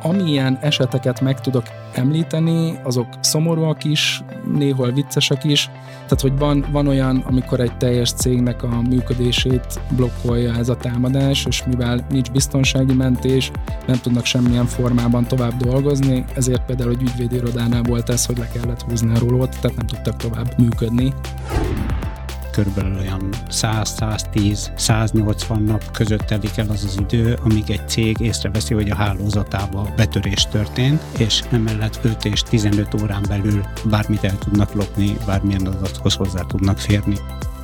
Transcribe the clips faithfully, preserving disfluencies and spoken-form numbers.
Amilyen eseteket meg tudok említeni, azok szomorúak is, néhol viccesek is. Tehát, hogy van, van olyan, amikor egy teljes cégnek a működését blokkolja ez a támadás, és mivel nincs biztonsági mentés, nem tudnak semmilyen formában tovább dolgozni, ezért például egy ügyvédirodánál volt ez, hogy le kellett húzni a rólót, tehát nem tudtak tovább működni. Körülbelül olyan száz, száztíz, száznyolcvan nap között telik el az az idő, amíg egy cég észreveszi, hogy a hálózatába betörés történt, és emellett öt és tizenöt órán belül bármit el tudnak lopni, bármilyen adathoz hozzá tudnak férni.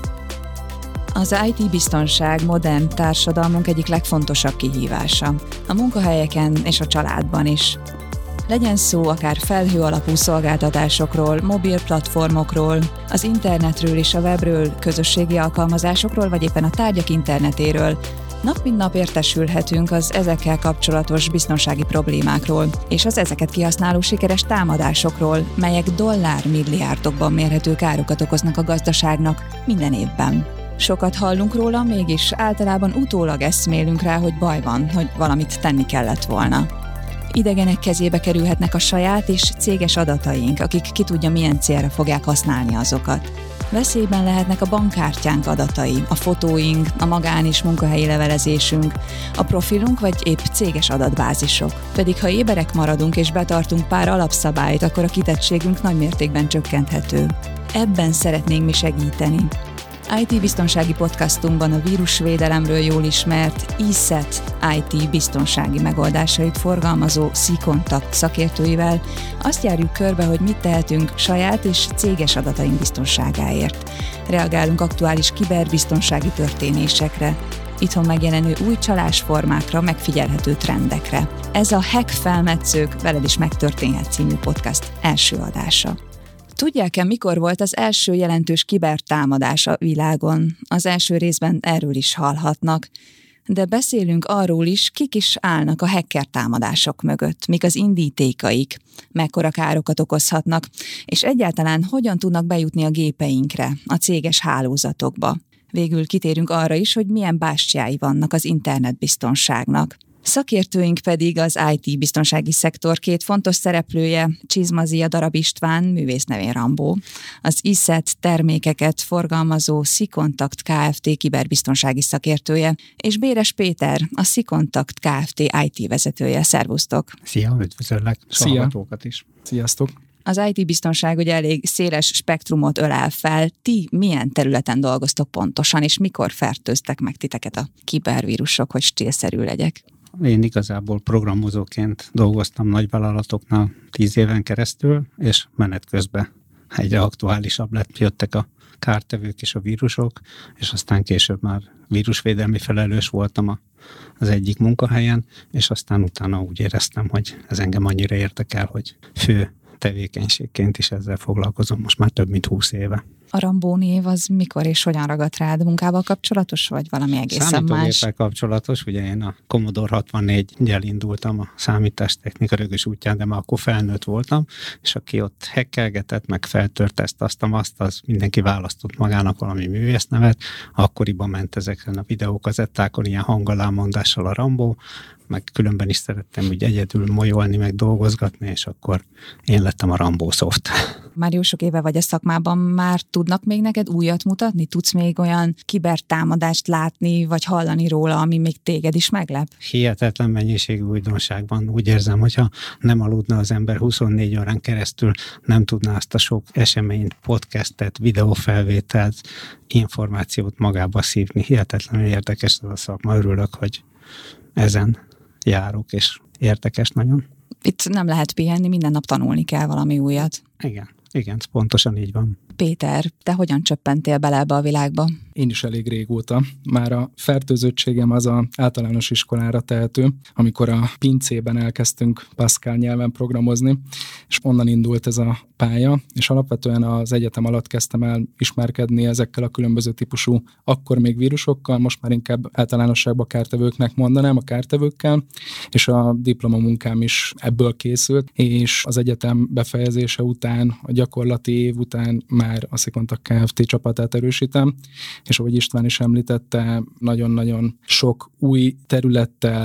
Az í té biztonság modern társadalmunk egyik legfontosabb kihívása. A munkahelyeken és a családban is. Legyen szó akár felhő alapú szolgáltatásokról, mobil platformokról, az internetről és a webről, közösségi alkalmazásokról, vagy éppen a tárgyak internetéről. Nap mint nap értesülhetünk az ezekkel kapcsolatos biztonsági problémákról, és az ezeket kihasználó sikeres támadásokról, melyek dollármilliárdokban mérhető károkat okoznak a gazdaságnak minden évben. Sokat hallunk róla, mégis általában utólag eszmélünk rá, hogy baj van, hogy valamit tenni kellett volna. Idegenek kezébe kerülhetnek a saját és céges adataink, akik ki tudja milyen célra fogják használni azokat. Veszélyben lehetnek a bankkártyánk adatai, a fotóink, a magán- és munkahelyi levelezésünk, a profilunk vagy épp céges adatbázisok. Pedig ha éberek maradunk és betartunk pár alapszabályt, akkor a kitettségünk nagymértékben csökkenthető. Ebben szeretnénk mi segíteni. í té biztonsági podcastunkban a vírusvédelemről jól ismert iSet í té biztonsági megoldásait forgalmazó C-Contact szakértőivel azt járjuk körbe, hogy mit tehetünk saját és céges adataink biztonságáért. Reagálunk aktuális kiberbiztonsági történésekre, itthon megjelenő új csalásformákra, megfigyelhető trendekre. Ez a Hack Felmetszők, veled is megtörténhet című podcast első adása. Tudják-e, mikor volt az első jelentős kibertámadás a világon? Az első részben erről is hallhatnak. De beszélünk arról is, kik is állnak a hacker támadások mögött, mik az indítékaik, mekkora károkat okozhatnak, és egyáltalán hogyan tudnak bejutni a gépeinkre, a céges hálózatokba. Végül kitérünk arra is, hogy milyen bástyái vannak az internetbiztonságnak. Szakértőink pedig az í té biztonsági szektor két fontos szereplője, Csizmazia Darab István, művész nevén Rambó, az iSet termékeket forgalmazó C-Contact Kft. Kiberbiztonsági szakértője, és Béres Péter, a C-Contact Kft. í té vezetője. Szervusztok! Szia, üdvözöllek! Szia! Is. Sziasztok! Az í té biztonság ugye elég széles spektrumot ölel fel. Ti milyen területen dolgoztok pontosan, és mikor fertőztek meg titeket a kibervírusok, hogy stílszerű legyek? Én igazából programozóként dolgoztam nagyvállalatoknál tíz éven keresztül, és menet közben egyre aktuálisabb lett, jöttek a kártevők és a vírusok, és aztán később már vírusvédelmi felelős voltam az egyik munkahelyen, és aztán utána úgy éreztem, hogy ez engem annyira érdekel, hogy fő tevékenységként is ezzel foglalkozom most már több mint húsz éve. A Rambó név az mikor és hogyan ragadt rád? Munkával kapcsolatos, vagy valami egészen más? Számítógéppel kapcsolatos, ugye én a Commodore hatvannégygyel indultam a számítástechnika rögös útján, de már akkor felnőtt voltam, és aki ott hackelgetett, meg feltört ezt, azt, azt, az mindenki választott magának valami művésznevet, akkoriban ment ezeken a videókazettákon ilyen hangalámondással a Rambó, meg különben is szerettem úgy egyedül molyolni, meg dolgozgatni, és akkor én lettem a Rambó Soft. Már jó sok éve vagy a szakmában, már tudnak még neked újat mutatni? Tudsz még olyan kibertámadást látni, vagy hallani róla, ami még téged is meglep? Hihetetlen mennyiségű újdonságban. Úgy érzem, hogyha nem aludna az ember huszonnégy órán keresztül, nem tudná azt a sok eseményt, podcastet, videófelvételt, információt magába szívni. Hihetetlenül érdekes ez a szakma. Örülök, hogy ezen járok, és érdekes nagyon. Itt nem lehet pihenni, minden nap tanulni kell valami újat. Igen, igen, pontosan így van. Péter, te hogyan csöppentél bele ebbe a világba? Én is elég régóta. Már a fertőzöttségem az a általános iskolára tehető, amikor a pincében elkezdtünk Pascal nyelven programozni, és onnan indult ez a pálya, és alapvetően az egyetem alatt kezdtem el ismerkedni ezekkel a különböző típusú, akkor még vírusokkal, most már inkább általánosságban kártevőknek mondanám, a kártevőkkel, és a diplomamunkám is ebből készült, és az egyetem befejezése után, a gyakorlati év után már a C-Contact Kft. Csapatát erősítem, és ahogy István is említette, nagyon-nagyon sok új területtel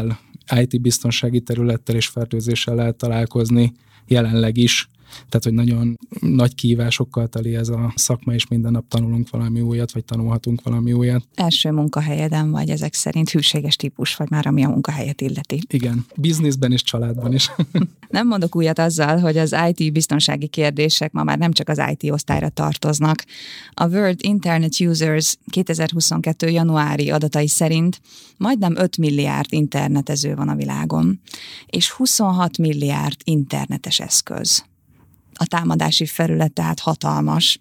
í té-biztonsági területtel és fertőzéssel lehet találkozni jelenleg is. Tehát, hogy nagyon nagy kihívásokkal teli ez a szakma, és minden nap tanulunk valami újat, vagy tanulhatunk valami újat. Első munkahelyeden vagy ezek szerint hűséges típus, vagy már ami a munkahelyet illeti. Igen, bizniszben és családban is. Nem mondok újat azzal, hogy az í té-biztonsági kérdések ma már nem csak az í té osztályra tartoznak. A World Internet Users kétezer-huszonkettő januári adatai szerint majdnem öt milliárd internetező van a világon, és huszonhat milliárd internetes eszköz. A támadási felület tehát hatalmas.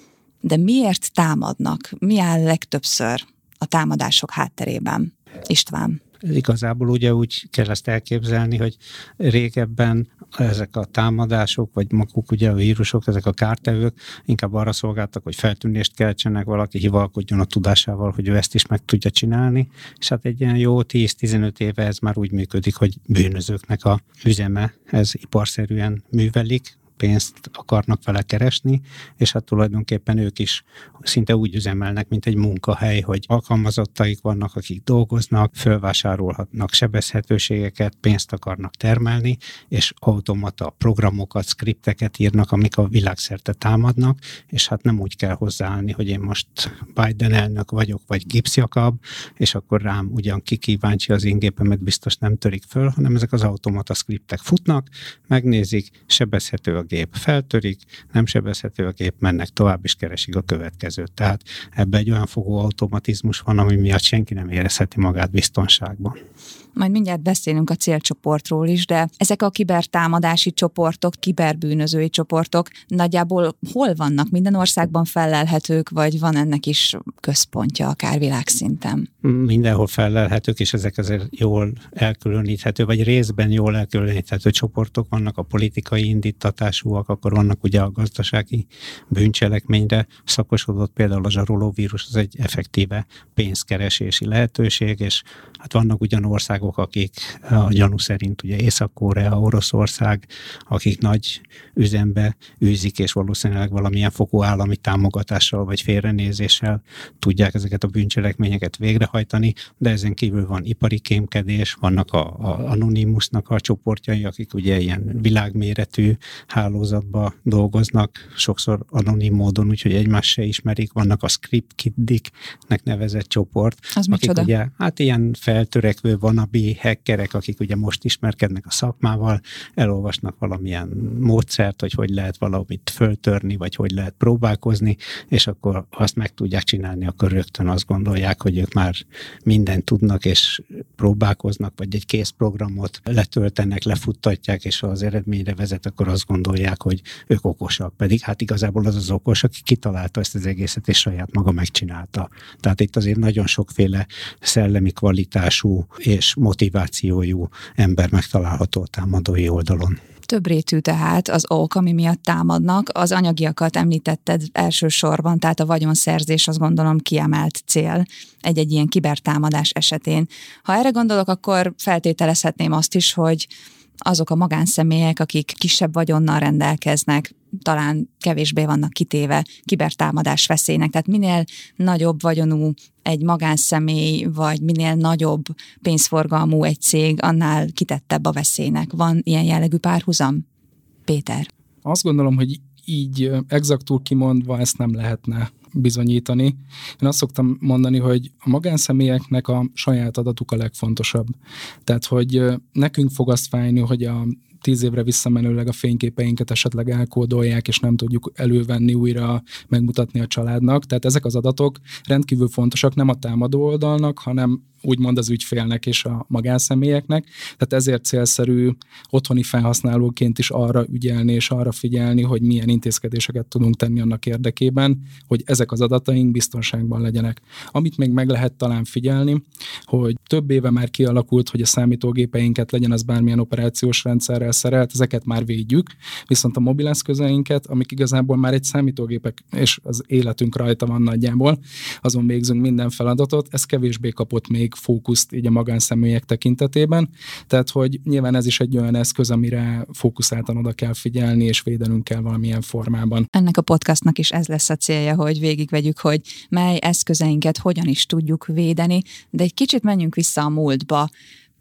De miért támadnak? Mi áll legtöbbször a támadások hátterében? István. Igazából ugye úgy kell ezt elképzelni, hogy régebben ezek a támadások, vagy maguk ugye a vírusok, ezek a kártevők inkább arra szolgáltak, hogy feltűnést keltsenek, valaki hivalkodjon a tudásával, hogy ő ezt is meg tudja csinálni, és hát egy ilyen jó tíz-tizenöt éve ez már úgy működik, hogy bűnözőknek a üzeme, ez iparszerűen művelik, pénzt akarnak vele keresni, és hát tulajdonképpen ők is szinte úgy üzemelnek, mint egy munkahely, hogy alkalmazottaik vannak, akik dolgoznak, fölvásárolhatnak sebezhetőségeket, pénzt akarnak termelni, és automata programokat, skripteket írnak, amik a világszerte támadnak, és hát nem úgy kell hozzáállni, hogy én most Biden elnök vagyok, vagy Gibbs Jakab, és akkor rám ugyan ki kíváncsi az én gépemet biztos nem törik föl, hanem ezek az automata skriptek futnak, megnézik, sebezhető a gép, feltörik, nem sebezhető a gép, mennek tovább, és keresik a következőt. Tehát ebben egy olyan fogó automatizmus van, ami miatt senki nem érezheti magát biztonságban. Majd mindjárt beszélünk a célcsoportról is, de ezek a kibertámadási csoportok, kiberbűnözői csoportok nagyjából hol vannak? Minden országban fellelhetők, vagy van ennek is központja akár világszinten? Mindenhol fellelhetők, és ezek azért jól elkülöníthető, vagy részben jól elkülöníthető csoportok vannak, a politikai indítatásúak, akkor vannak ugye a gazdasági bűncselekményre szakosodott, például a zsarolóvírus, az egy effektíve pénzkeresési lehetőség, és hát vannak ugyan országok, akik a gyanú szerint ugye Észak-Korea, Oroszország, akik nagy üzembe űzik, és valószínűleg valamilyen fokú állami támogatással vagy félrenézéssel tudják ezeket a bűncselekményeket végrehajtani, de ezen kívül van ipari kémkedés, vannak a, a Anonymousnak a csoportjai, akik ugye ilyen világméretű hálózatba dolgoznak, sokszor anonim módon, úgyhogy egymást se ismerik, vannak a script kiddiknek nevezett csoport, az akik micsoda? Ugye, hát ilyen feltörekvő wannabe hackerek, akik ugye most ismerkednek a szakmával, elolvasnak valamilyen módszert, hogy hogy lehet valamit föltörni, vagy hogy lehet próbálkozni, és akkor azt meg tudják csinálni, akkor rögtön azt gondolják, hogy ők már mindent tudnak, és próbálkoznak, vagy egy kész programot letöltenek, lefuttatják, és ha az eredményre vezet, akkor azt gondolják, hogy ők okosak. Pedig hát igazából az az okos, aki kitalálta ezt az egészet, és saját maga megcsinálta. Tehát itt azért nagyon sokféle szellemi kvalitású és motivációjú ember megtalálható a támadói oldalon. Több rétű tehát az ok, ami miatt támadnak. Az anyagiakat említetted elsősorban, tehát a vagyonszerzés, azt gondolom kiemelt cél egy-egy ilyen kibertámadás esetén. Ha erre gondolok, akkor feltételezhetném azt is, hogy azok a magánszemélyek, akik kisebb vagyonnal rendelkeznek, talán kevésbé vannak kitéve kibertámadás veszélynek. Tehát minél nagyobb vagyonú egy magánszemély, vagy minél nagyobb pénzforgalmú egy cég, annál kitettebb a veszélynek. Van ilyen jellegű párhuzam? Péter? Azt gondolom, hogy így exaktul kimondva ezt nem lehetne bizonyítani. Én azt szoktam mondani, hogy a magánszemélyeknek a saját adatuk a legfontosabb. Tehát, hogy nekünk fog azt fájni, hogy a tíz évre visszamenőleg a fényképeinket esetleg elkódolják, és nem tudjuk elővenni újra, megmutatni a családnak. Tehát ezek az adatok rendkívül fontosak nem a támadó oldalnak, hanem úgymond az ügyfélnek és a magánszemélyeknek. Tehát ezért célszerű otthoni felhasználóként is arra ügyelni és arra figyelni, hogy milyen intézkedéseket tudunk tenni annak érdekében, hogy ezek az adataink biztonságban legyenek. Amit még meg lehet talán figyelni, hogy több éve már kialakult, hogy a számítógépeinket, legyen az bármilyen operációs rendszerrel szerelt, ezeket már védjük, viszont a mobileszközeinket, amik igazából már egy számítógépek, és az életünk rajta van nagyjából, azon végzünk minden feladatot, ez kevésbé kapott még fókuszt így a magánszemélyek tekintetében, tehát hogy nyilván ez is egy olyan eszköz, amire fókuszáltan oda kell figyelni, és védenünk kell valamilyen formában. Ennek a podcastnak is ez lesz a célja, hogy végigvegyük, hogy mely eszközeinket hogyan is tudjuk védeni, de egy kicsit menjünk vissza a múltba.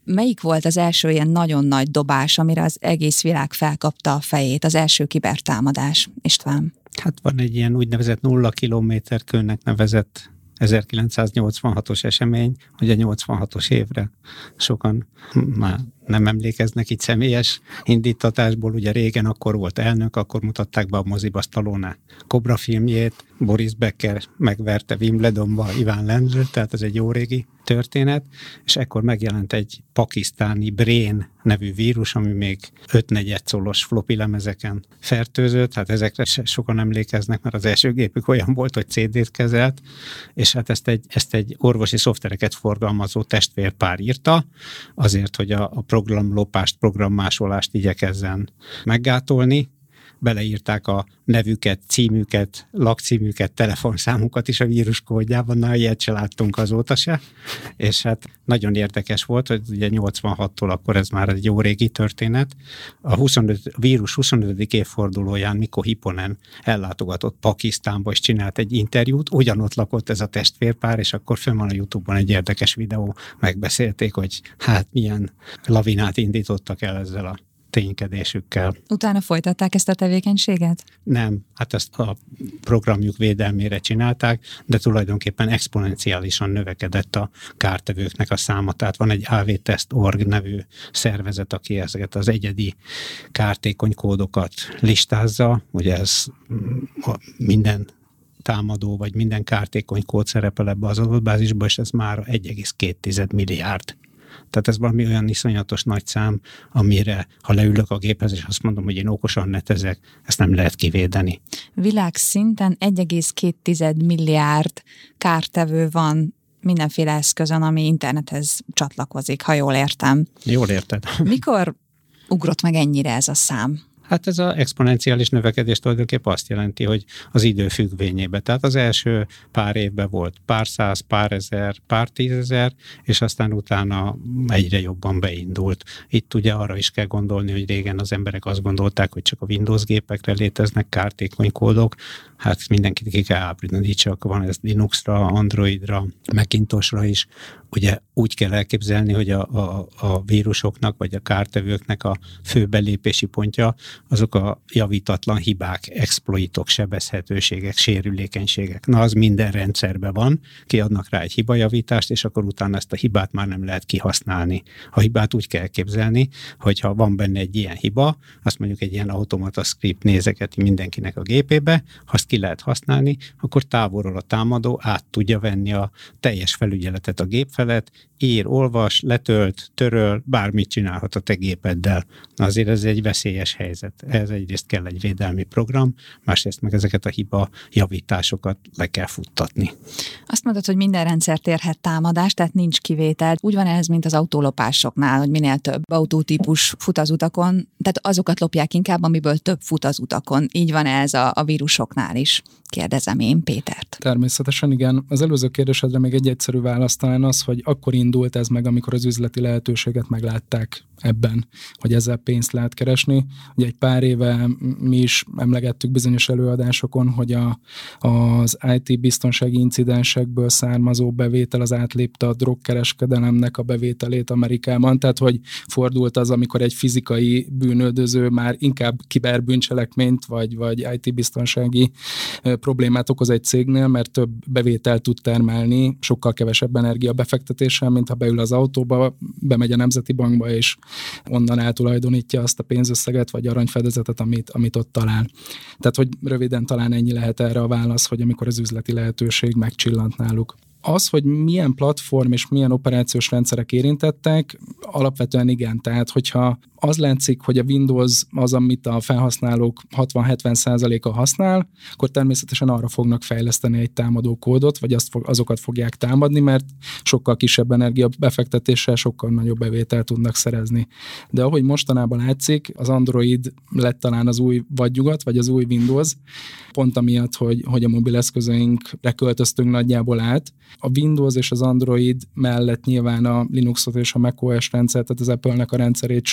Melyik volt az első ilyen nagyon nagy dobás, amire az egész világ felkapta a fejét, az első kibertámadás, István? Hát van egy ilyen úgynevezett nulla kilométer kőnek nevezett ezerkilencszáznyolcvanhatos esemény, hogy a nyolcvanhatos évre sokan már nem emlékeznek itt személyes indítatásból, ugye régen akkor volt elnök, akkor mutatták be a moziba Stallone Cobra filmjét, Boris Becker megverte Wimbledonba Iván Lendl, tehát ez egy jó régi történet, és ekkor megjelent egy pakisztáni Brain nevű vírus, ami még öt negyedcolos floppy lemezeken fertőzött, hát ezekre se sokan emlékeznek, mert az első gépük olyan volt, hogy cé dét kezelt, és hát ezt egy, ezt egy orvosi szoftvereket forgalmazó testvérpár írta, azért, hogy a, a programlopást, programmásolást igyekezzen meggátolni. Beleírták a nevüket, címüket, lakcímüket, telefonszámukat is a vírus kódjában, na, ilyet se láttunk azóta se, és hát nagyon érdekes volt, hogy ugye nyolcvanhattól akkor ez már egy jó régi történet. A huszonöt, vírus huszonötödik évfordulóján Mikko Hipponen ellátogatott Pakisztánba, és csinált egy interjút, ugyanott lakott ez a testvérpár, és akkor fönn van a YouTube-on egy érdekes videó, megbeszélték, hogy hát milyen lavinát indítottak el ezzel a ténykedésükkel. Utána folytatták ezt a tevékenységet? Nem, hát ezt a programjuk védelmére csinálták, de tulajdonképpen exponenciálisan növekedett a kártevőknek a száma. Tehát van egy á vé test pont org nevű szervezet, aki ezeket az egyedi kártékony kódokat listázza. Ugye ez minden támadó, vagy minden kártékony kód szerepel ebbe az adatbázisba, és ez már egy egész két milliárd. Tehát ez valami olyan iszonyatos nagy szám, amire, ha leülök a géphez, és azt mondom, hogy én okosan netezek, ezt nem lehet kivédeni. Világszinten egy egész két milliárd kártevő van mindenféle eszközön, ami internethez csatlakozik, ha jól értem. Jól érted. Mikor ugrott meg ennyire ez a szám? Hát ez az exponenciális növekedés tulajdonképpen azt jelenti, hogy az idő függvényében. Tehát az első pár évben volt pár száz, pár ezer, pár tízezer, és aztán utána egyre jobban beindult. Itt ugye arra is kell gondolni, hogy régen az emberek azt gondolták, hogy csak a Windows gépekre léteznek kártékony kódok. Hát mindenkit ki kell ábrítani, csak van ez Linuxra, Androidra, Macintosra is. Ugye úgy kell elképzelni, hogy a, a, a vírusoknak vagy a kártevőknek a fő belépési pontja azok a javítatlan hibák, exploitok, sebezhetőségek, sérülékenységek. Na, az minden rendszerben van, kiadnak rá egy hibajavítást, és akkor utána ezt a hibát már nem lehet kihasználni. A hibát úgy kell elképzelni, hogy ha van benne egy ilyen hiba, azt mondjuk egy ilyen automata script nézegeti mindenkinek a gépébe, ha azt ki lehet használni, akkor távolról a támadó át tudja venni a teljes felügyeletet a gép felett, ír, olvas, letölt, töröl, bármit csinálhat a te gépeddel. Na azért ez egy veszélyes helyzet. Ez egyrészt kell egy védelmi program, másrészt meg ezeket a hiba javításokat le kell futtatni. Azt mondod, hogy minden rendszert érhet támadás, tehát nincs kivétel. Úgy van ez, mint az autólopásoknál, hogy minél több autótípus fut az utakon, tehát azokat lopják inkább, amiből több fut az utakon. Így van ez a, a vírusoknál is. Kérdezem én Pétert. Természetesen igen. Az előző kérdésedre még egy egyszerű válasz talán az, hogy akkor indult ez meg, amikor az üzleti lehetőséget meglátták ebben, hogy ezzel pénzt lehet keresni. Ugye egy pár éve mi is emlegettük bizonyos előadásokon, hogy a, az í té biztonsági incidensekből származó bevétel az átlépte a drogkereskedelemnek a bevételét Amerikában, tehát hogy fordult az, amikor egy fizikai bűnöldöző már inkább kiberbűncselekményt vagy, vagy í té biztonsági problémát okoz egy cégnél, mert több bevételt tud termelni, sokkal kevesebb energia befektetéssel, mint ha beül az autóba, bemegy a Nemzeti Bankba, és onnan eltulajdonítja azt a pénzösszeget, vagy aranyfedezetet, amit, amit ott talál. Tehát, hogy röviden talán ennyi lehet erre a válasz, hogy amikor az üzleti lehetőség megcsillant náluk. Az, hogy milyen platform és milyen operációs rendszerek érintettek, alapvetően igen. Tehát, hogyha az látszik, hogy a Windows az, amit a felhasználók hatvan-hetven százaléka használ, akkor természetesen arra fognak fejleszteni egy támadó kódot, vagy azt fog, azokat fogják támadni, mert sokkal kisebb energia befektetéssel sokkal nagyobb bevételt tudnak szerezni. De ahogy mostanában látszik, az Android lett talán az új vadnyugat, vagy az új Windows, pont amiatt, hogy, hogy a mobileszközeinkre költöztünk nagyjából át. A Windows és az Android mellett nyilván a Linuxot és a macOS rendszer, tehát az Apple-nek a rendszerét sem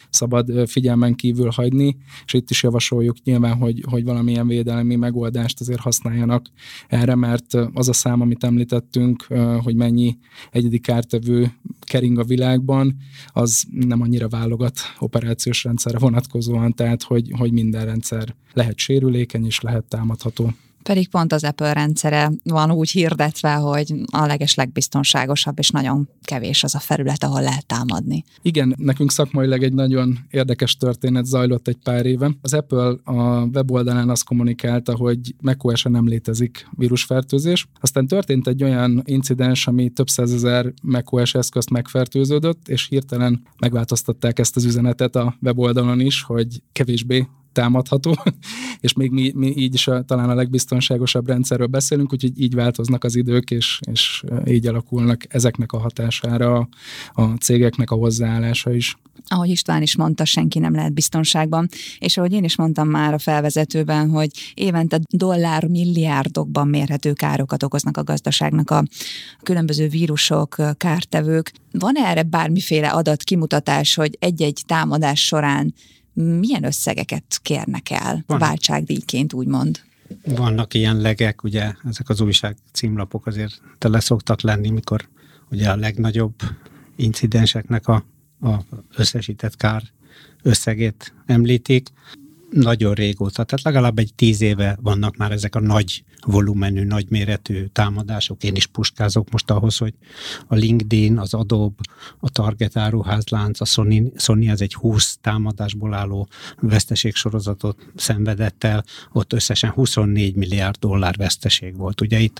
szabad figyelmen kívül hagyni, és itt is javasoljuk nyilván, hogy, hogy valamilyen védelmi megoldást azért használjanak erre, mert az a szám, amit említettünk, hogy mennyi egyedi kártevő kering a világban, az nem annyira válogat operációs rendszerre vonatkozóan, tehát hogy, hogy minden rendszer lehet sérülékeny és lehet támadható. Pedig pont az Apple rendszere van úgy hirdetve, hogy a leges legbiztonságosabb, és nagyon kevés az a felület, ahol lehet támadni. Igen, nekünk szakmailag egy nagyon érdekes történet zajlott egy pár éve. Az Apple a weboldalán azt kommunikálta, hogy macOS-en nem létezik vírusfertőzés. Aztán történt egy olyan incidens, ami több százezer macOS eszközt megfertőződött, és hirtelen megváltoztatták ezt az üzenetet a weboldalon is, hogy kevésbé támadható, és még mi, mi így is a, talán a legbiztonságosabb rendszerről beszélünk, úgyhogy így változnak az idők, és, és így alakulnak ezeknek a hatására a cégeknek a hozzáállása is. Ahogy István is mondta, senki nem lehet biztonságban, és ahogy én is mondtam már a felvezetőben, hogy évente dollár milliárdokban mérhető károkat okoznak a gazdaságnak a különböző vírusok, kártevők. Van erre bármiféle adat, kimutatás, hogy egy-egy támadás során milyen összegeket kérnek el Van. váltságdíjként, úgymond? Vannak ilyen legek, ugye ezek az újság címlapok azért tele szoktak lenni, mikor ugye a legnagyobb incidenseknek a, a összesített kár összegét említik. Nagyon régóta, tehát legalább egy tíz éve vannak már ezek a nagy volumenű, nagyméretű támadások. Én is puskázok most ahhoz, hogy a LinkedIn, az Adobe, a Target áruházlánc, a Sony, Sony ez egy húsz támadásból álló veszteségsorozatot szenvedett el, ott összesen huszonnégy milliárd dollár veszteség volt. Ugye itt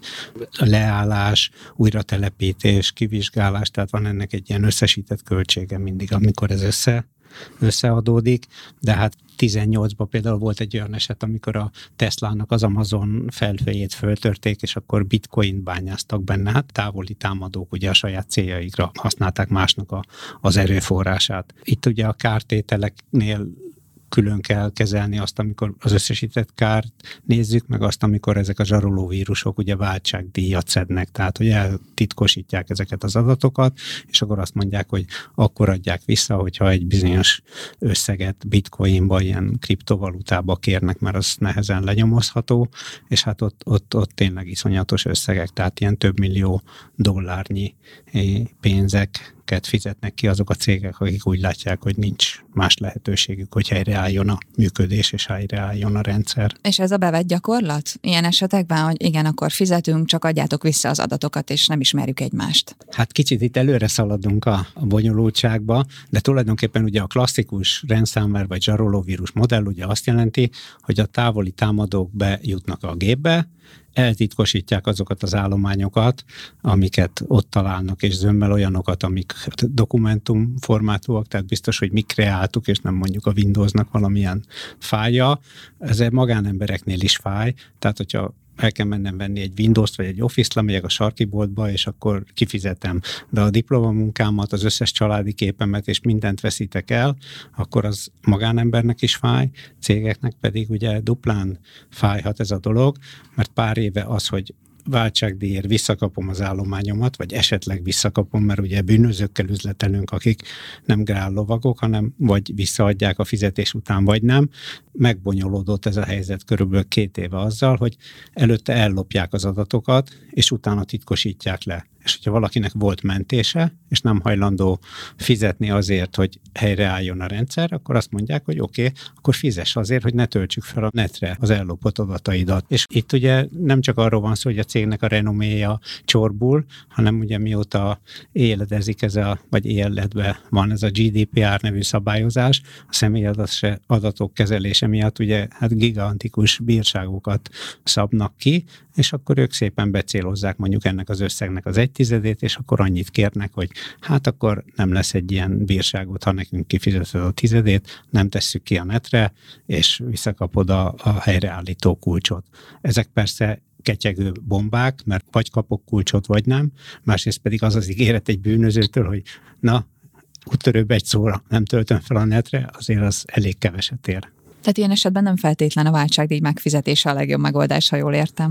leállás, újratelepítés, kivizsgálás, tehát van ennek egy ilyen összesített költsége mindig, amikor ez össze összeadódik, de hát tizennyolcban például volt egy olyan eset, amikor a Teslának az Amazon felhőjét föltörték, és akkor bitcoin bányáztak benne. Hát távoli támadók ugye a saját céljaikra használták másnak a, az erőforrását. Itt ugye a kártételeknél külön kell kezelni azt, amikor az összesített kárt nézzük, meg azt, amikor ezek a zsaroló vírusok ugye váltságdíjat szednek, tehát hogy eltitkosítják ezeket az adatokat, és akkor azt mondják, hogy akkor adják vissza, hogyha egy bizonyos összeget bitcoinba, ilyen kriptovalutába kérnek, mert az nehezen lenyomozható, és hát ott, ott, ott tényleg iszonyatos összegek, tehát ilyen több millió dollárnyi pénzek fizetnek ki azok a cégek, akik úgy látják, hogy nincs más lehetőségük, hogy helyreálljon a működés, és helyreálljon a rendszer. És ez a bevett gyakorlat? Ilyen esetekben, hogy igen, akkor fizetünk, csak adjátok vissza az adatokat, és nem ismerjük egymást. Hát kicsit itt előre szaladunk a, a bonyolultságba, de tulajdonképpen ugye a klasszikus ransomware vagy zsarolóvírus modell ugye azt jelenti, hogy a távoli támadók bejutnak a gépbe, eltitkosítják azokat az állományokat, amiket ott találnak, és zömmel olyanokat, amik dokumentum formátúak, tehát biztos, hogy mi kreáltuk, és nem mondjuk a Windowsnak valamilyen fájja. Ez a magánembereknél is fáj, tehát hogyha el kell mennem venni egy Windows-t, vagy egy Office-t, lemegyek a sarki boltba, és akkor kifizetem. De a diplomamunkámat, az összes családi képemet, és mindent veszítek el, akkor az magánembernek is fáj, cégeknek pedig ugye duplán fájhat ez a dolog, mert pár éve az, hogy váltságdíjért visszakapom az állományomat, vagy esetleg visszakapom, mert ugye bűnözőkkel üzletelünk, akik nem grál lovagok, hanem vagy visszaadják a fizetés után, vagy nem. Megbonyolódott ez a helyzet körülbelül két éve azzal, hogy előtte ellopják az adatokat, és utána titkosítják le. És hogyha valakinek volt mentése, és nem hajlandó fizetni azért, hogy helyreálljon a rendszer, akkor azt mondják, hogy oké, okay, akkor fizess azért, hogy ne töltsük fel a netre az ellopott adataidat. És itt ugye nem csak arról van szó, hogy a cégnek a renoméja csorbul, hanem ugye mióta éledezik ez a, vagy életben van ez a gé dé pé er nevű szabályozás, a személyadatok kezelése miatt ugye hát gigantikus bírságokat szabnak ki, és akkor ők szépen becélozzák mondjuk ennek az összegnek az egy tizedét, és akkor annyit kérnek, hogy hát akkor nem lesz egy ilyen bírságot, ha nekünk kifizeted a tizedét, nem tesszük ki a netre, és visszakapod a, a helyreállító kulcsot. Ezek persze ketyegő bombák, mert vagy kapok kulcsot, vagy nem, másrészt pedig az az ígéret egy bűnözőtől, hogy na, úttörőbb egy szóra nem töltöm fel a netre, azért az elég keveset ér. Tehát ilyen esetben nem feltétlen a váltságdíj megfizetése a legjobb megoldás, ha jól értem.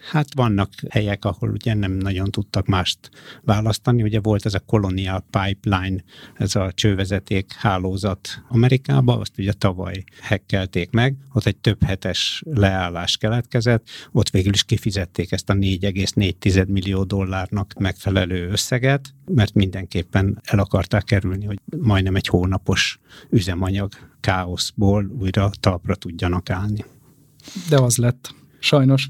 Hát vannak helyek, ahol ugye nem nagyon tudtak mást választani. Ugye volt ez a Colonial Pipeline, ez a csővezeték hálózat Amerikában, azt ugye tavaly hekkelték meg, ott egy több hetes leállás keletkezett, ott végül is kifizették ezt a négy egész négy millió dollárnak megfelelő összeget, mert mindenképpen el akarták kerülni, hogy majdnem egy hónapos üzemanyag káoszból újra talpra tudjanak állni. De az lett. Sajnos.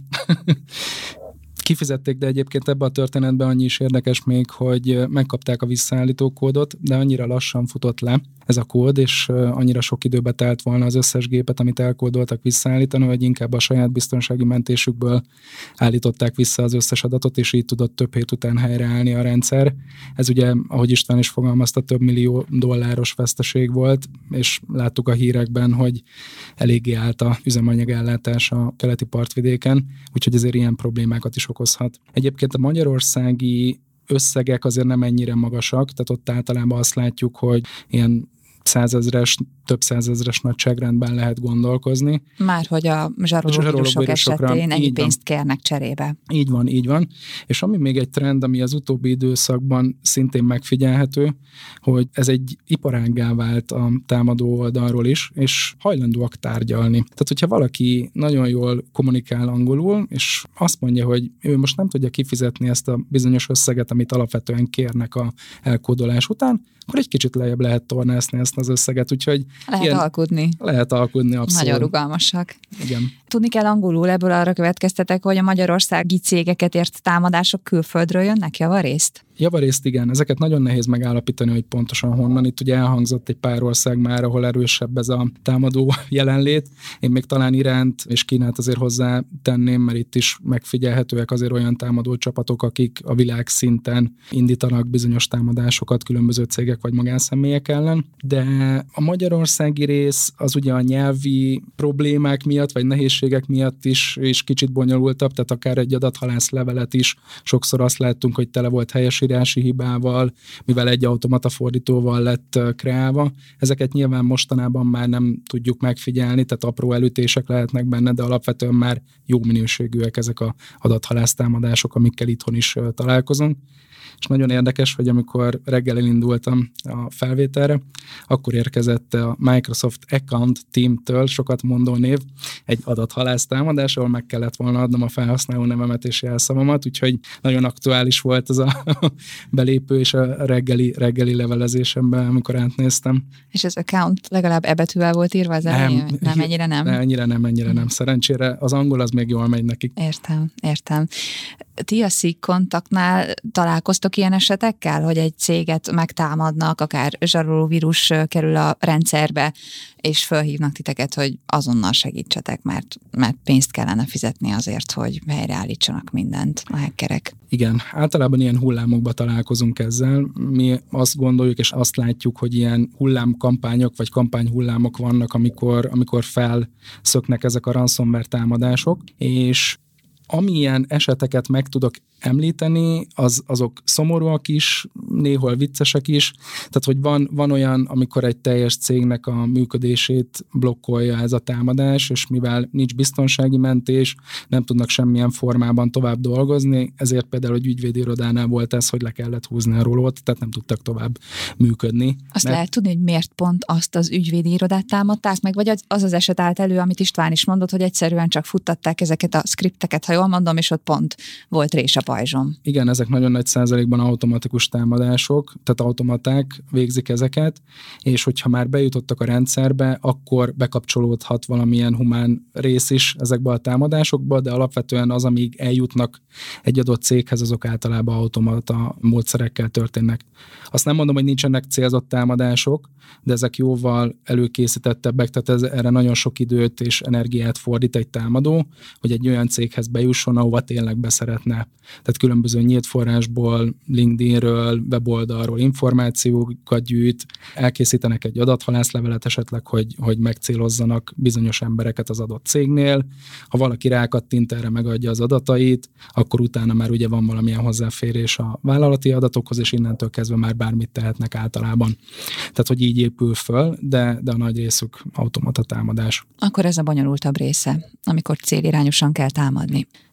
Kifizették, de egyébként ebben a történetben annyi is érdekes még, hogy megkapták a visszaállító kódot, de annyira lassan futott le ez a kód, és annyira sok időbe telt volna az összes gépet, amit elkódoltak visszaállítani, hogy inkább a saját biztonsági mentésükből állították vissza az összes adatot, és így tudott több hét után helyreállni a rendszer. Ez ugye, ahogy István is fogalmazta, több millió dolláros veszteség volt, és láttuk a hírekben, hogy eléggé állt a üzemanyagellátás a keleti partvidéken, úgyhogy ezért ilyen problémákat is okozhat. Egyébként a magyarországi összegek azért nem ennyire magasak, tehát ott általában azt látjuk, hogy ilyen százezres, több százezres nagyságrendben lehet gondolkozni. Már hogy a zsarolóvírusok esetén ennyi pénzt kérnek cserébe. Így van, így van. És ami még egy trend, ami az utóbbi időszakban szintén megfigyelhető, hogy ez egy iparággá vált a támadó oldalról is, és hajlandóak tárgyalni. Tehát, hogyha valaki nagyon jól kommunikál angolul, és azt mondja, hogy ő most nem tudja kifizetni ezt a bizonyos összeget, amit alapvetően kérnek a elkódolás után, akkor egy kicsit lejjebb lehet tornászni ezt az összeget, úgyhogy lehet ilyen, alkudni. Lehet alkudni, abszolút. Nagyon rugalmasak. Igen. Tudni kell angolul, ebből arra következtetek, hogy a magyarországi cégeket ért támadások külföldről jönnek javarészt? Javarészt igen, ezeket nagyon nehéz megállapítani, hogy pontosan honnan. Itt ugye elhangzott egy pár ország már, ahol erősebb ez a támadó jelenlét. Én még talán Iránt és Kínát azért hozzá tenném, mert itt is megfigyelhetőek azért olyan támadó csapatok, akik a világ szinten indítanak bizonyos támadásokat különböző cégek vagy magánszemélyek ellen. De a magyarországi rész az ugye a nyelvi problémák miatt, vagy nehézségek miatt is, is kicsit bonyolultabb, tehát akár egy adathalász levelet is sokszor azt láttunk, hogy tele volt helyes írási hibával, mivel egy automata fordítóval lett kreálva. Ezeket nyilván mostanában már nem tudjuk megfigyelni, tehát apró elütések lehetnek benne, de alapvetően már jó minőségűek ezek az adathalásztámadások, amikkel itthon is találkozunk. És nagyon érdekes, hogy amikor reggel elindultam a felvételre, akkor érkezett a Microsoft Account Team-től, sokat mondó név, egy adathalász támadás, ahol meg kellett volna adnom a felhasználó nevemet és jelszavamat, úgyhogy nagyon aktuális volt ez a belépő és a reggeli, reggeli levelezésemben, amikor átnéztem. És az account legalább e-betűvel volt írva az elején? Nem, nem, ennyire nem? Ennyire nem, ennyire nem. Szerencsére az angol az még jól megy nekik. Értem, értem. Ti a Seek Contactnál találkoztok ilyen esetekkel, hogy egy céget megtámadnak, akár zsarolóvírus kerül a rendszerbe, és felhívnak titeket, hogy azonnal segítsetek, mert, mert pénzt kellene fizetni azért, hogy helyreállítsanak mindent a hackerek. Igen, általában ilyen hullámokba találkozunk ezzel. Mi azt gondoljuk, és azt látjuk, hogy ilyen hullámkampányok, vagy kampányhullámok vannak, amikor, amikor felszöknek ezek a ransomware támadások, és amilyen eseteket meg tudok említeni, az, azok szomorúak is, néhol viccesek is, tehát hogy van, van olyan, amikor egy teljes cégnek a működését blokkolja ez a támadás, és mivel nincs biztonsági mentés, nem tudnak semmilyen formában tovább dolgozni, ezért például egy ügyvédirodánál volt ez, hogy le kellett húzni a rólót, tehát nem tudtak tovább működni. Azt mert... lehet tudni, hogy miért pont azt az ügyvédi irodát támadták meg, vagy az az eset állt elő, amit István is mondott, hogy egyszerűen csak futtatták ezeket a skripteket, ha jól mondom, és ott pont volt rés a pajzsom. Igen, ezek nagyon nagy százalékban automatikus támadások, tehát automaták végzik ezeket, és hogyha már bejutottak a rendszerbe, akkor bekapcsolódhat valamilyen humán rész is ezekbe a támadásokba, de alapvetően az, amíg eljutnak egy adott céghez, azok általában automata módszerekkel történnek. Azt nem mondom, hogy nincsenek célzott támadások, de ezek jóval előkészítettebbek, tehát ez, erre nagyon sok időt és energiát fordít egy támadó, hogy egy olyan céghez bejusson, ahova tényleg beszeretne. Tehát különböző nyílt forrásból, LinkedInről, weboldalról információkat gyűjt, elkészítenek egy adathalászlevelet esetleg, hogy, hogy megcélozzanak bizonyos embereket az adott cégnél. Ha valaki rákattint erre, megadja az adatait, akkor utána már ugye van valamilyen hozzáférés a vállalati adatokhoz, és innentől kezdve már bármit tehetnek általában. Tehát, hogy így épül föl, de, de a nagy részük automata támadás. Akkor ez a bonyolultabb része, amikor célirányosan kell támadni.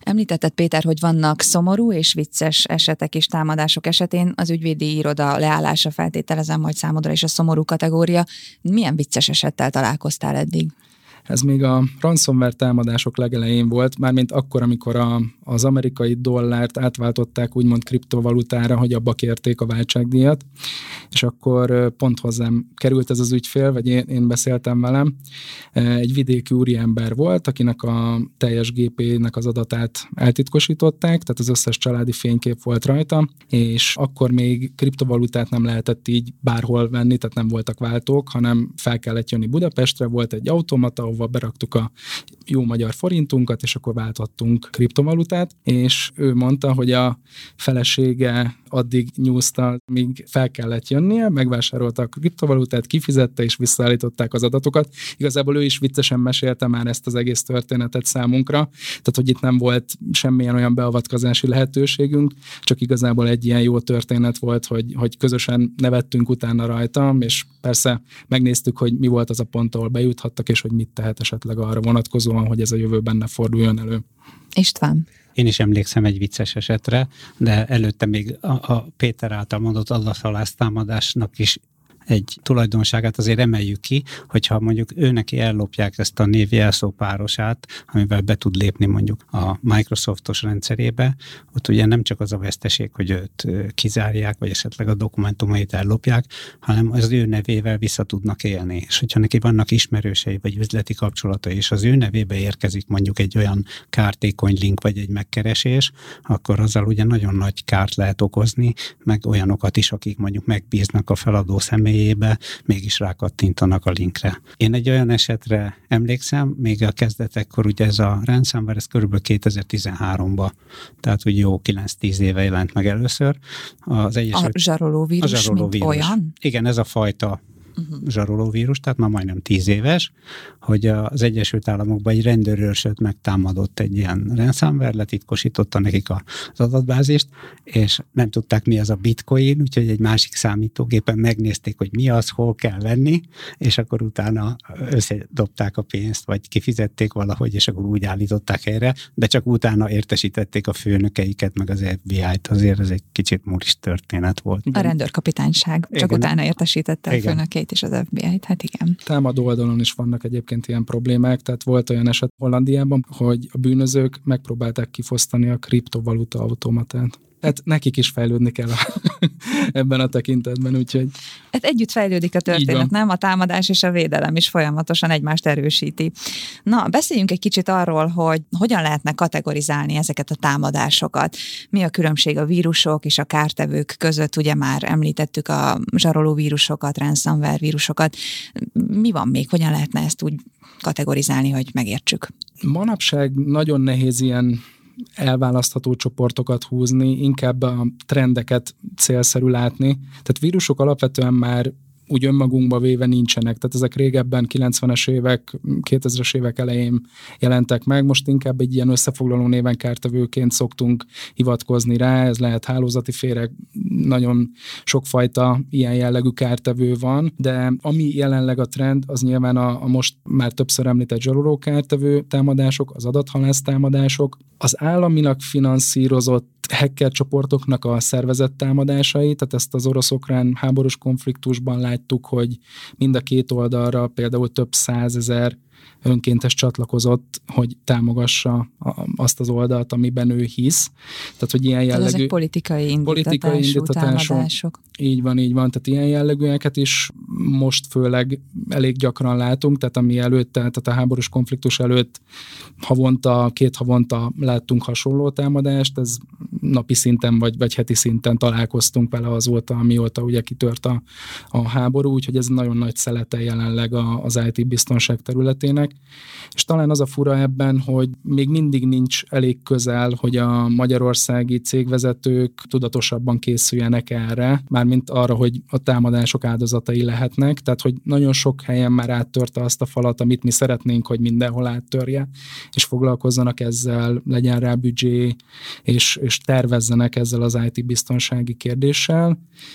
Említetted, Péter, hogy vannak szomorú és vicces esetek és támadások esetén. Az ügyvédi iroda leállása, feltételezem, hogy számodra is a szomorú kategória. Milyen vicces esettel találkoztál eddig? Ez még a ransomware támadások legelején volt, mármint akkor, amikor a, az amerikai dollárt átváltották úgymond kriptovalutára, hogy abba kérték a váltságdíjat, és akkor pont hozzám került ez az ügyfél, vagy én, én beszéltem velem. Egy vidéki úriember volt, akinek a teljes gépének az adatát eltitkosították, tehát az összes családi fénykép volt rajta, és akkor még kriptovalutát nem lehetett így bárhol venni, tehát nem voltak váltók, hanem fel kellett jönni Budapestre, volt egy automata, ahova beraktuk a jó magyar forintunkat, és akkor váltottunk kriptovalutát, és ő mondta, hogy a felesége addig nyúzta, míg fel kellett jönnie, megvásárolta a kriptovalutát, kifizette, és visszaállították az adatokat. Igazából ő is viccesen mesélte már ezt az egész történetet számunkra, tehát hogy itt nem volt semmilyen olyan beavatkozási lehetőségünk, csak igazából egy ilyen jó történet volt, hogy, hogy közösen nevettünk utána rajta, és persze megnéztük, hogy mi volt az a pont, ahol bejuthattak, és hogy mit tehet esetleg arra vonatkozóan, hogy ez a jövőben ne forduljon elő. István. Én is emlékszem egy vicces esetre, de előtte még a, a Péter által mondott adathalásztámadásnak is egy tulajdonságát azért emeljük ki, hogyha mondjuk ő neki ellopják ezt a névjelszó párosát, amivel be tud lépni mondjuk a Microsoftos rendszerébe, ott ugye nem csak az a veszteség, hogy őt kizárják, vagy esetleg a dokumentumait ellopják, hanem az ő nevével vissza tudnak élni. És hogyha neki vannak ismerősei, vagy üzleti kapcsolatai, és az ő nevébe érkezik mondjuk egy olyan kártékony link, vagy egy megkeresés, akkor azzal ugye nagyon nagy kárt lehet okozni, meg olyanokat is, akik mondjuk megbíznak a feladó személy ébe, mégis rákattintanak a linkre. Én egy olyan esetre emlékszem, még a kezdetekkor ugye ez a ransomware, ez körülbelül kétezer-tizenháromban, tehát úgy jó kilenc-tíz éve jelent meg először. Az Egyesült... A zsarolóvírus, a zsarolóvírus, mint olyan? Igen, ez a fajta uh-huh. zsarolóvírus, tehát már majdnem tíz éves, hogy az Egyesült Államokban egy rendőrőrsöt megtámadott egy ilyen ransomware, letitkosította nekik az adatbázist, és nem tudták, mi az a bitcoin, úgyhogy egy másik számítógépen megnézték, hogy mi az, hol kell venni, és akkor utána összedobták a pénzt, vagy kifizették valahogy, és akkor úgy állították helyre, de csak utána értesítették a főnökeiket, meg az ef bé i-t, azért ez egy kicsit muris történet volt. A rendőrkapitányság csak igen. utána értesítette a főnökeit és az ef bé i-t, hát igen. Támadó oldalon is vannak egyébként ilyen problémák, tehát volt olyan eset Hollandiában, hogy a bűnözők megpróbálták kifosztani a kriptovaluta automatát. Hát nekik is fejlődni kell a, ebben a tekintetben, úgyhogy... Hát együtt fejlődik a történet, nem? A támadás és a védelem is folyamatosan egymást erősíti. Na, beszéljünk egy kicsit arról, hogy hogyan lehetne kategorizálni ezeket a támadásokat. Mi a különbség a vírusok és a kártevők között? Ugye már említettük a zsaroló vírusokat, ransomware vírusokat. Mi van még? Hogyan lehetne ezt úgy kategorizálni, hogy megértsük? Manapság nagyon nehéz ilyen elválasztható csoportokat húzni, inkább a trendeket célszerű látni. Tehát vírusok alapvetően már úgy önmagunkba véve nincsenek. Tehát ezek régebben kilencvenes évek, kétezres évek elején jelentek meg, most inkább egy ilyen összefoglaló néven kártevőként szoktunk hivatkozni rá, ez lehet hálózati féreg, nagyon sokfajta ilyen jellegű kártevő van, de ami jelenleg a trend, az nyilván a, a most már többször említett zsaroló kártevő támadások, az adathalász támadások, az államilag finanszírozott hacker csoportoknak a szervezett támadásai, tehát ezt az orosz-ukrán háborús konfliktusban láttuk, hogy mind a két oldalra például több százezer önkéntes csatlakozott, hogy támogassa a, azt az oldalt, amiben ő hisz. Tehát, hogy ilyen jellegű... Tehát ezek politikai indítatású támadások. Így van, így van. Tehát ilyen jellegűeket is most főleg elég gyakran látunk, tehát ami előtt, tehát a háborús konfliktus előtt havonta, két havonta láttunk hasonló támadást, ez napi szinten vagy, vagy heti szinten találkoztunk vele azóta, amióta ugye kitört a, a háború, úgyhogy ez nagyon nagy szelete jelenleg a, az í té biztonság területének. És talán az a fura ebben, hogy még mindig nincs elég közel, hogy a magyarországi cégvezetők tudatosabban készüljenek erre, mármint arra, hogy a támadások áldozatai lehetnek, tehát hogy nagyon sok helyen már áttörte azt a falat, amit mi szeretnénk, hogy mindenhol áttörje, és foglalkozzanak ezzel, legyen rá büdzsé, és, és tervezzenek ezzel az í té biztonsági kérdéssel.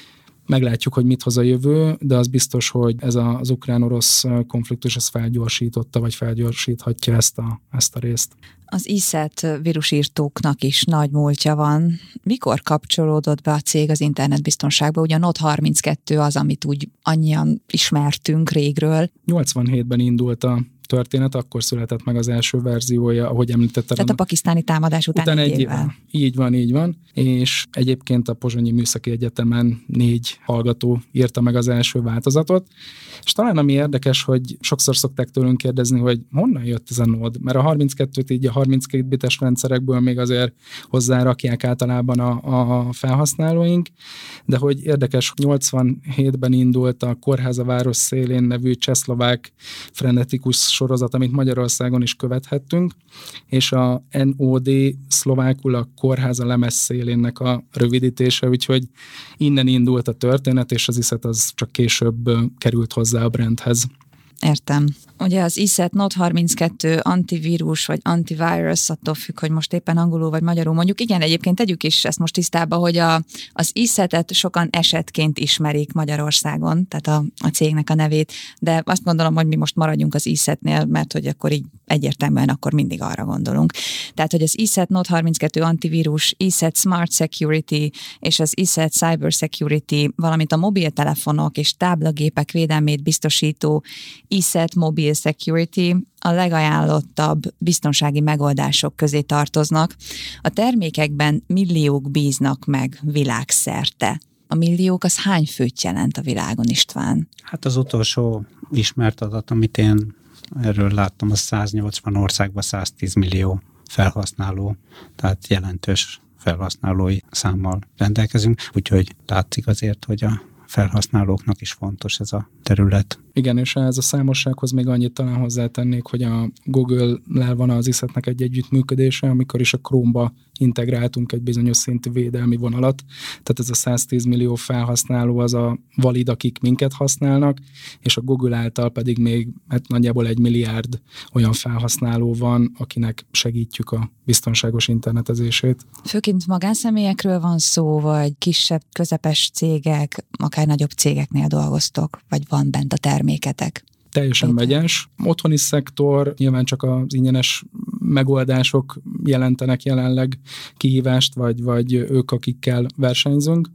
Meglátjuk, hogy mit hoz a jövő, de az biztos, hogy ez az ukrán-orosz konfliktus ez felgyorsította, vagy felgyorsíthatja ezt a, ezt a részt. Az i szet vírusírtóknak is nagy múltja van. Mikor kapcsolódott be a cég az internetbiztonságba? Ugye a Note harminckettő az, amit úgy annyian ismertünk régről. nyolcvanhétben indult a történet, akkor született meg az első verziója, ahogy említettem. Tehát a pakisztáni támadás után, után egy, egy évvel. évvel. Így van, így van. És egyébként a Pozsonyi Műszaki Egyetemen négy hallgató írta meg az első változatot. És talán ami érdekes, hogy sokszor szokták tőlünk kérdezni, hogy honnan jött ez a Node, mert a harminckettőt így a harminckét bites rendszerekből még azért hozzárakják általában a, a felhasználóink, de hogy érdekes, nyolcvanhétben indult a Kórház a város szélén nevű csehszlovák frenetikus sorozat, amit Magyarországon is követhettünk, és a en o dé szlovákul a Kórház a lemez szélénnek a rövidítése, úgyhogy innen indult a történet, és az i szet az csak később került hozzá a brandhez. Értem. Ugye az i szet Note harminckettő antivírus vagy antivirus, attól függ, hogy most éppen angolul vagy magyarul mondjuk. Igen, egyébként tegyük is ezt most tisztába, hogy a, az i szetet sokan esetként ismerik Magyarországon, tehát a, a cégnek a nevét, de azt gondolom, hogy mi most maradjunk az i szetnél, mert hogy akkor így egyértelműen akkor mindig arra gondolunk. Tehát, hogy az i szet Note harminckettő antivírus, i szet Smart Security és az i szet Cyber Security, valamint a mobiltelefonok és táblagépek védelmét biztosító i szet Mobile Security a legajánlottabb biztonsági megoldások közé tartoznak. A termékekben milliók bíznak meg világszerte. A milliók az hány főt jelent a világon, István? Hát az utolsó ismert adat, amit én erről láttam, az száznyolcvan országban száztíz millió felhasználó, tehát jelentős felhasználói számmal rendelkezünk, úgyhogy látszik azért, hogy a felhasználóknak is fontos ez a terület. Igen, és ez a számossághoz még annyit talán hozzátennék, hogy a Google-lel van az i szetnek egy együttműködése, amikor is a Chrome-ba integráltunk egy bizonyos szintű védelmi vonalat, tehát ez a száztíz millió felhasználó az a valid, akik minket használnak, és a Google által pedig még hát nagyjából egy milliárd olyan felhasználó van, akinek segítjük a biztonságos internetezését. Főként magánszemélyekről van szó, vagy kisebb, közepes cégek, akár nagyobb cégeknél dolgoztok, vagy van bent a terméketek? Teljesen vegyes. Otthoni szektor, nyilván csak az ingyenes megoldások jelentenek jelenleg kihívást, vagy, vagy ők, akikkel versenyzünk.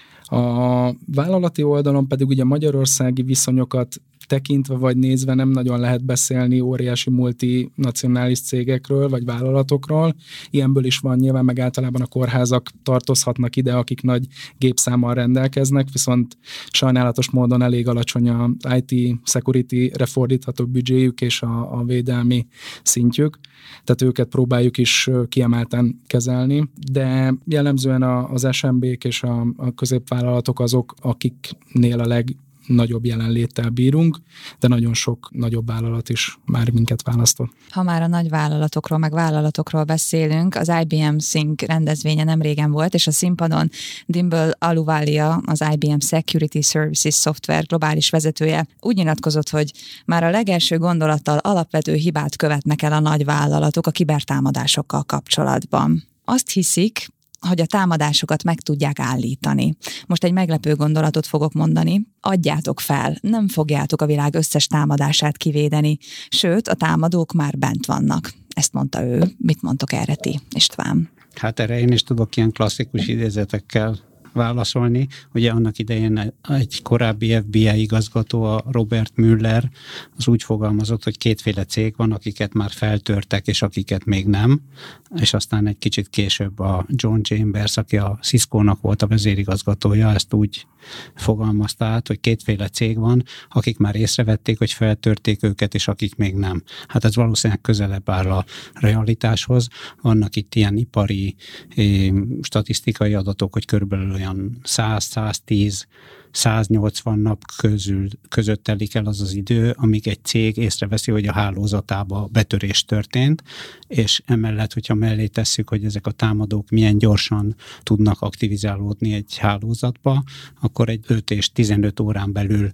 A vállalati oldalon pedig ugye magyarországi viszonyokat tekintve vagy nézve nem nagyon lehet beszélni óriási multinacionális cégekről, vagy vállalatokról. Ilyenből is van nyilván, meg általában a kórházak tartozhatnak ide, akik nagy gépszámmal rendelkeznek, viszont sajnálatos módon elég alacsony az i té security-re fordítható büdzséjük és a, a védelmi szintjük. Tehát őket próbáljuk is kiemelten kezelni, de jellemzően az es em bé-k és a, a középvállalatok azok, akiknél a leg nagyobb jelenléttel bírunk, de nagyon sok nagyobb vállalat is már minket választott. Ha már a nagy vállalatokról, meg vállalatokról beszélünk, az i bé em Sync rendezvénye nem régen volt, és a színpadon Dimple Ahluwalia, az i bé em Security Services Software globális vezetője úgy nyilatkozott, hogy már a legelső gondolattal alapvető hibát követnek el a nagy vállalatok a kibertámadásokkal kapcsolatban. Azt hiszik, hogy a támadásokat meg tudják állítani. Most egy meglepő gondolatot fogok mondani. Adjátok fel, nem fogjátok a világ összes támadását kivédeni, sőt, a támadók már bent vannak. Ezt mondta ő. Mit mondtok erre ti, István? Hát erre én is tudok ilyen klasszikus idézetekkel válaszolni. Ugye annak idején egy korábbi ef bé i igazgató, a Robert Mueller, az úgy fogalmazott, hogy kétféle cég van, akiket már feltörtek, és akiket még nem. És aztán egy kicsit később a John Chambers, aki a Cisco-nak volt a vezérigazgatója, ezt úgy fogalmazta át, hogy kétféle cég van, akik már észrevették, hogy feltörték őket, és akik még nem. Hát ez valószínűleg közelebb áll a realitáshoz. Vannak itt ilyen ipari eh, statisztikai adatok, hogy körülbelül olyan száz, száztíz, száznyolcvan nap közül, között telik el az az idő, amíg egy cég észreveszi, hogy a hálózatába betörés történt, és emellett, hogyha mellé tesszük, hogy ezek a támadók milyen gyorsan tudnak aktivizálódni egy hálózatba, akkor egy öt és tizenöt órán belül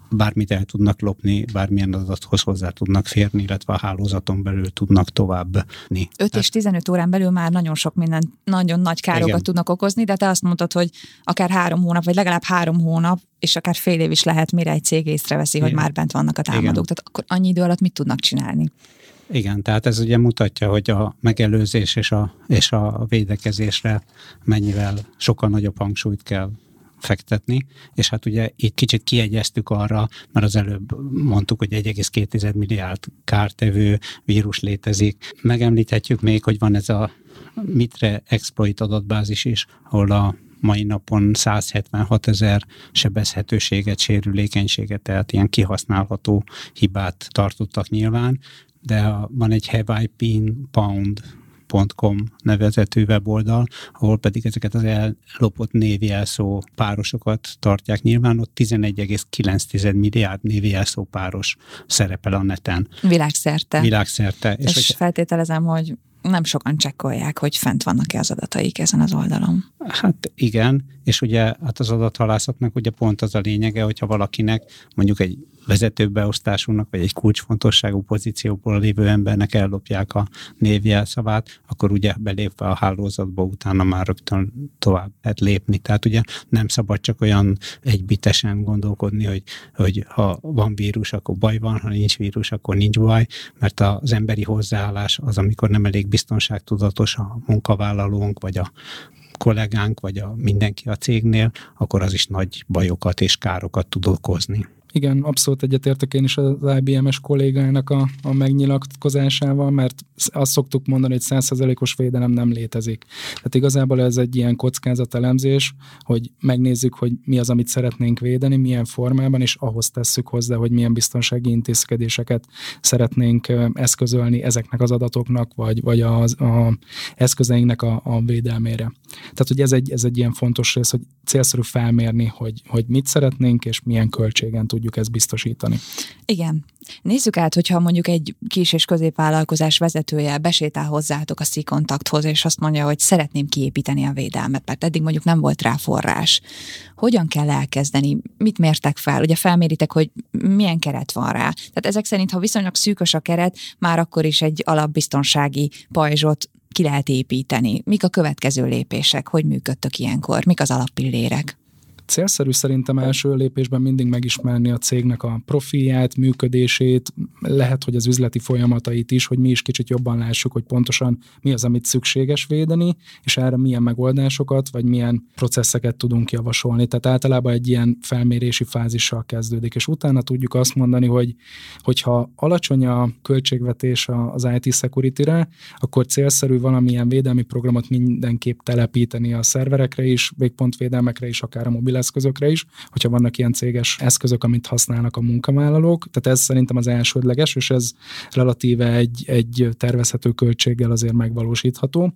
bármit el tudnak lopni, bármilyen adathoz hozzá tudnak férni, illetve a hálózaton belül tudnak továbbni. öt és tizenöt órán belül már nagyon sok minden, nagyon nagy károkat Igen. tudnak okozni, de te azt mondtad, hogy akár három hónap, vagy legalább három hónap, és akár fél év is lehet, mire egy cég észreveszi, Igen. hogy már bent vannak a támadók. Igen. Tehát akkor annyi idő alatt mit tudnak csinálni? Igen, tehát ez ugye mutatja, hogy a megelőzés és a, és a védekezésre mennyivel sokkal nagyobb hangsúlyt kell fektetni, és hát ugye itt kicsit kiegyeztük arra, mert az előbb mondtuk, hogy egy egész két milliárd kártevő vírus létezik. Megemlíthetjük még, hogy van ez a Mitre exploit adatbázis is, ahol a mai napon száz hetvenhat ezer sebezhetőséget, sérülékenységet, tehát ilyen kihasználható hibát tartottak nyilván, de a, van egy have I been pound pont com nevezetű weboldal, ahol pedig ezeket az ellopott névjelszó párosokat tartják nyilván, ott tizenegy egész kilenc milliárd névjelszó páros szerepel a neten. Világszerte. Világszerte. És, és hogy... feltételezem, hogy nem sokan csekkolják, hogy fent vannak-e az adataik ezen az oldalon. Hát igen, és ugye hát az adathalászatnak ugye pont az a lényege, hogyha valakinek mondjuk egy vezetőbeosztásúnak, vagy egy kulcsfontosságú pozícióból lévő embernek ellopják a névjelszavát, akkor ugye belépve a hálózatba utána már rögtön tovább lehet lépni. Tehát ugye nem szabad csak olyan egybitesen gondolkodni, hogy, hogy ha van vírus, akkor baj van, ha nincs vírus, akkor nincs baj, mert az emberi hozzáállás az, amikor nem elég biztonságtudatos a munkavállalónk, vagy a kollégánk, vagy a mindenki a cégnél, akkor az is nagy bajokat és károkat tud okozni. Igen, abszolút egyetértek én is az I B M-es kollégának a, a megnyilatkozásával, mert azt szoktuk mondani, hogy száz százalékos védelem nem létezik. Tehát igazából ez egy ilyen kockázatelemzés, hogy megnézzük, hogy mi az, amit szeretnénk védeni, milyen formában, és ahhoz tesszük hozzá, hogy milyen biztonsági intézkedéseket szeretnénk eszközölni ezeknek az adatoknak, vagy, vagy az a eszközeinknek a, a védelmére. Tehát, hogy ez egy, ez egy ilyen fontos rész, hogy célszerű felmérni, hogy, hogy mit szeretnénk, és milyen költségen tudjuk ezt biztosítani. Igen. Nézzük át, hogyha mondjuk egy kis és középvállalkozás vezetője besétál hozzátok a SeaContact-hoz, és azt mondja, hogy szeretném kiépíteni a védelmet, mert eddig mondjuk nem volt rá forrás. Hogyan kell elkezdeni? Mit mértek fel? Ugye felméritek, hogy milyen keret van rá. Tehát ezek szerint, ha viszonylag szűkös a keret, már akkor is egy alapbiztonsági pajzsot ki lehet építeni. Mik a következő lépések? Hogy működtök ilyenkor? Mik az alappillérek? Célszerű szerintem első lépésben mindig megismerni a cégnek a profilját, működését, lehet, hogy az üzleti folyamatait is, hogy mi is kicsit jobban lássuk, hogy pontosan mi az, amit szükséges védeni, és erre milyen megoldásokat, vagy milyen processzeket tudunk javasolni. Tehát általában egy ilyen felmérési fázissal kezdődik, és utána tudjuk azt mondani, hogy hogyha alacsony a költségvetés az I T security-re, akkor célszerű valamilyen védelmi programot mindenképp telepíteni a szerverekre is, végpontvédelmekre is, akár a mobil eszközökre is, hogyha vannak ilyen céges eszközök, amit használnak a munkavállalók. Tehát ez szerintem az elsődleges, és ez relatíve egy, egy tervezhető költséggel azért megvalósítható.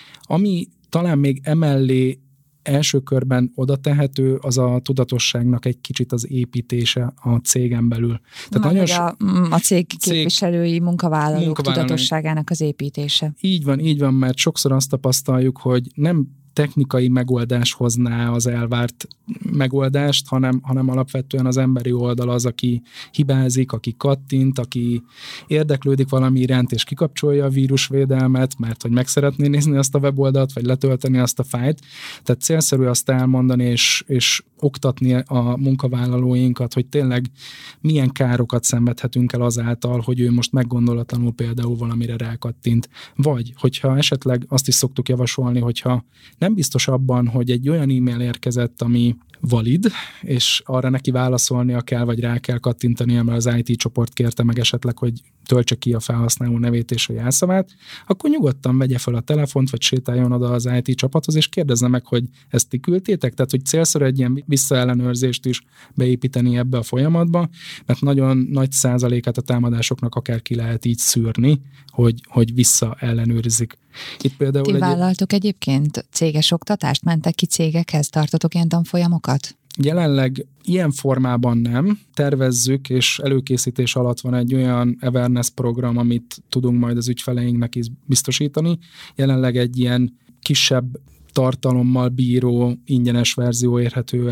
Ami talán még emellé első körben oda tehető, az a tudatosságnak egy kicsit az építése a cégen belül. Tehát nagyon a, a cég képviselői, munkavállalók munkavállalói tudatosságának az építése. Így van, így van, mert sokszor azt tapasztaljuk, hogy nem technikai megoldás hozná az elvárt megoldást, hanem, hanem alapvetően az emberi oldal az, aki hibázik, aki kattint, aki érdeklődik valami iránt, és kikapcsolja a vírusvédelmet, mert hogy meg szeretné nézni azt a weboldalt, vagy letölteni azt a fájlt. Tehát célszerű azt elmondani, és, és oktatni a munkavállalóinkat, hogy tényleg milyen károkat szenvedhetünk el azáltal, hogy ő most meggondolatlanul például valamire rákattint. Vagy, hogyha esetleg azt is szoktuk javasolni, hogyha nem biztos abban, hogy egy olyan e-mail érkezett, ami valid, és arra neki válaszolnia kell, vagy rá kell kattintania, mert az I T csoport kérte meg esetleg, hogy töltse ki a felhasználó nevét és a jelszavát, akkor nyugodtan vegye fel a telefont, vagy sétáljon oda az I T csapathoz, és kérdezze meg, hogy ezt ti küldtétek, tehát hogy célszerű egy ilyen visszaellenőrzést is beépíteni ebbe a folyamatba, mert nagyon nagy százalékát a támadásoknak akár ki lehet így szűrni, hogy, hogy visszaellenőrzik. Itt például ti vállaltok egy... egyébként céges oktatást? Mentek ki cégekhez? Tartotok ilyen tanfolyamokat? Jelenleg ilyen formában nem. Tervezzük, és előkészítés alatt van egy olyan awareness program, amit tudunk majd az ügyfeleinknek is biztosítani. Jelenleg egy ilyen kisebb tartalommal bíró ingyenes verzió érhető el